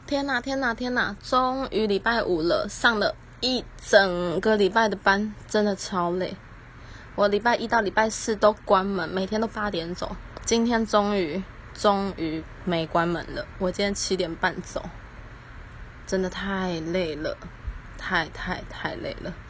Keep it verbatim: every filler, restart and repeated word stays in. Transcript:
天哪天哪天哪，终于礼拜五了，上了一整个礼拜的班，真的超累。我礼拜一到礼拜四都关门，每天都八点走，今天终于终于没关门了，我今天七点半走，真的太累了，太太太累了。